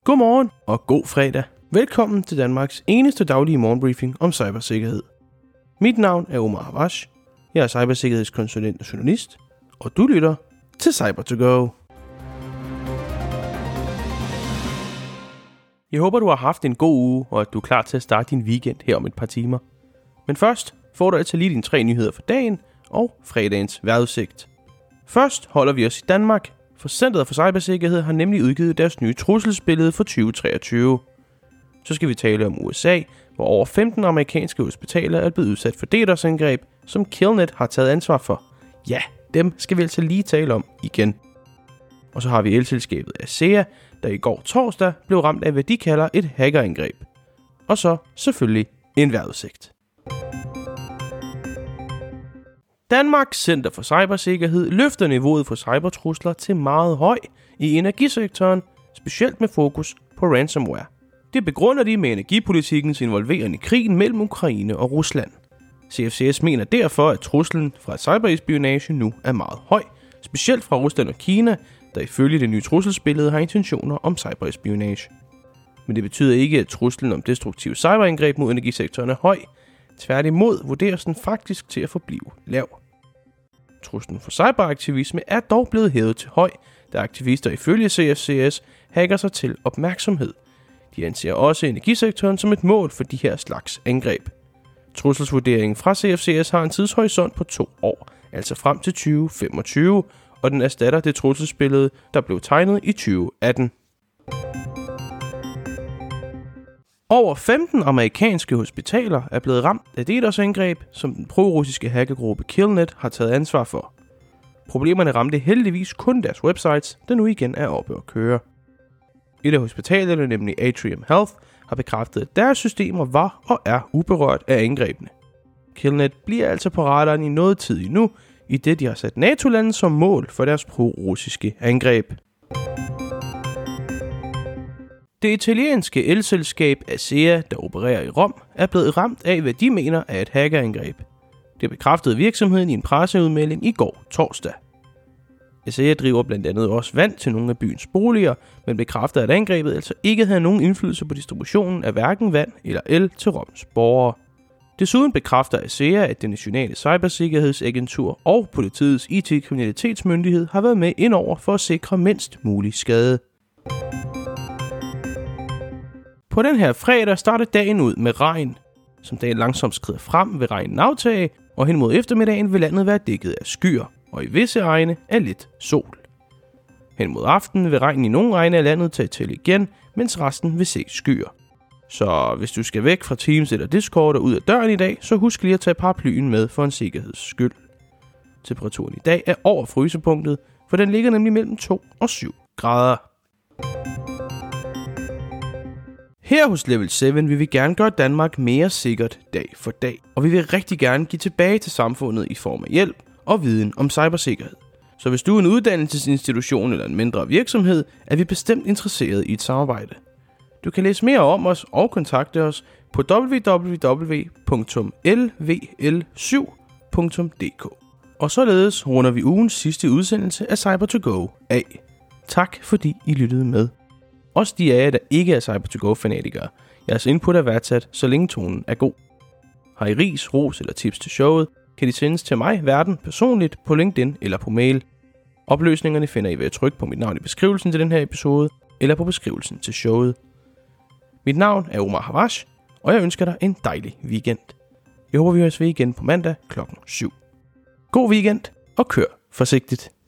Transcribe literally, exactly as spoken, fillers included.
Godmorgen og god fredag. Velkommen til Danmarks eneste daglige morgenbriefing om cybersikkerhed. Mit navn er Omar Havash. Jeg er cybersikkerhedskonsulent og journalist, og du lytter til Cyber to Go. Jeg håber, du har haft en god uge, og at du er klar til at starte din weekend her om et par timer. Men først får du altså lige dine tre nyheder for dagen og fredagens vejrudsigt. Først holder vi os i Danmark, for Centret for Cybersikkerhed har nemlig udgivet deres nye trusselsbillede for tyve treogtyve. Så skal vi tale om U S A, hvor over femten amerikanske hospitaler er blevet udsat for DDoS-angreb, som Killnet har taget ansvar for. Ja, dem skal vi altså lige tale om igen. Og så har vi elselskabet Asea, der i går torsdag blev ramt af, hvad de kalder et hackerangreb. Og så selvfølgelig en vejrudsigt. Danmarks Center for Cybersikkerhed løfter niveauet for cybertrusler til meget høj i energisektoren, specielt med fokus på ransomware. Det begrunder de med energipolitikkens involverende i krigen mellem Ukraine og Rusland. C F C S mener derfor, at truslen fra cyberespionage nu er meget høj, specielt fra Rusland og Kina, der ifølge det nye trusselsbillede har intentioner om cyberespionage. Men det betyder ikke, at truslen om destruktive cyberangreb mod energisektoren er høj. Tværtimod vurderes den faktisk til at forblive lav. Truslen for cyberaktivisme er dog blevet hævet til høj, da aktivister ifølge C F C S hacker sig til opmærksomhed. De anser også energisektoren som et mål for de her slags angreb. Trusselsvurderingen fra C F C S har en tidshorisont på to år, altså frem til tyve femogtyve, og den erstatter det trusselsbillede, der blev tegnet i tyve atten. Over femten amerikanske hospitaler er blevet ramt af DDoS-angreb, som den pro-russiske hackergruppe Killnet har taget ansvar for. Problemerne ramte heldigvis kun deres websites, der nu igen er oppe at køre. Et af hospitalerne, nemlig Atrium Health, har bekræftet, at deres systemer var og er uberørt af angrebene. Killnet bliver altså på radaren i noget tid endnu, i det de har sat NATO-lande som mål for deres pro-russiske angreb. Det italienske elselskab Asea, der opererer i Rom, er blevet ramt af, hvad de mener er et hackerangreb. Det bekræftede virksomheden i en presseudmelding i går torsdag. Asea driver blandt andet også vand til nogle af byens boliger, men bekræfter, at angrebet altså ikke havde nogen indflydelse på distributionen af hverken vand eller el til Roms borgere. Desuden bekræfter Asea, at det nationale cybersikkerhedsagentur og politiets I T-kriminalitetsmyndighed har været med indover for at sikre mindst mulig skade. På den her fredag starter dagen ud med regn. Som dagen langsomt skrider frem, vil regnen aftage, og hen mod eftermiddagen vil landet være dækket af skyer, og i visse egne er lidt sol. Hen mod aftenen vil regnen i nogle egne af landet tage til igen, mens resten vil se skyer. Så hvis du skal væk fra Teams eller Discord og ud af døren i dag, så husk lige at tage paraplyen med for en sikkerheds skyld. Temperaturen i dag er over frysepunktet, for den ligger nemlig mellem to og syv grader. Her hos Level syv vil vi gerne gøre Danmark mere sikkert dag for dag, og vi vil rigtig gerne give tilbage til samfundet i form af hjælp og viden om cybersikkerhed. Så hvis du er en uddannelsesinstitution eller en mindre virksomhed, er vi bestemt interesseret i et samarbejde. Du kan læse mere om os og kontakte os på w w w punktum l v l syv punktum d k. Og således runder vi ugens sidste udsendelse af Cyber to Go af. Tak fordi I lyttede med. Også de af jer, der ikke er Cyber to Go-fanatikere. Jeres input er værdsat, så længe tonen er god. Har I ris, ros eller tips til showet, kan de sendes til mig, Verden, personligt på LinkedIn eller på mail. Opløsningerne finder I ved at trykke på mit navn i beskrivelsen til den her episode, eller på beskrivelsen til showet. Mit navn er Omar Havash, og jeg ønsker dig en dejlig weekend. Jeg håber, vi høres ved igen på mandag klokken syv. God weekend, og kør forsigtigt.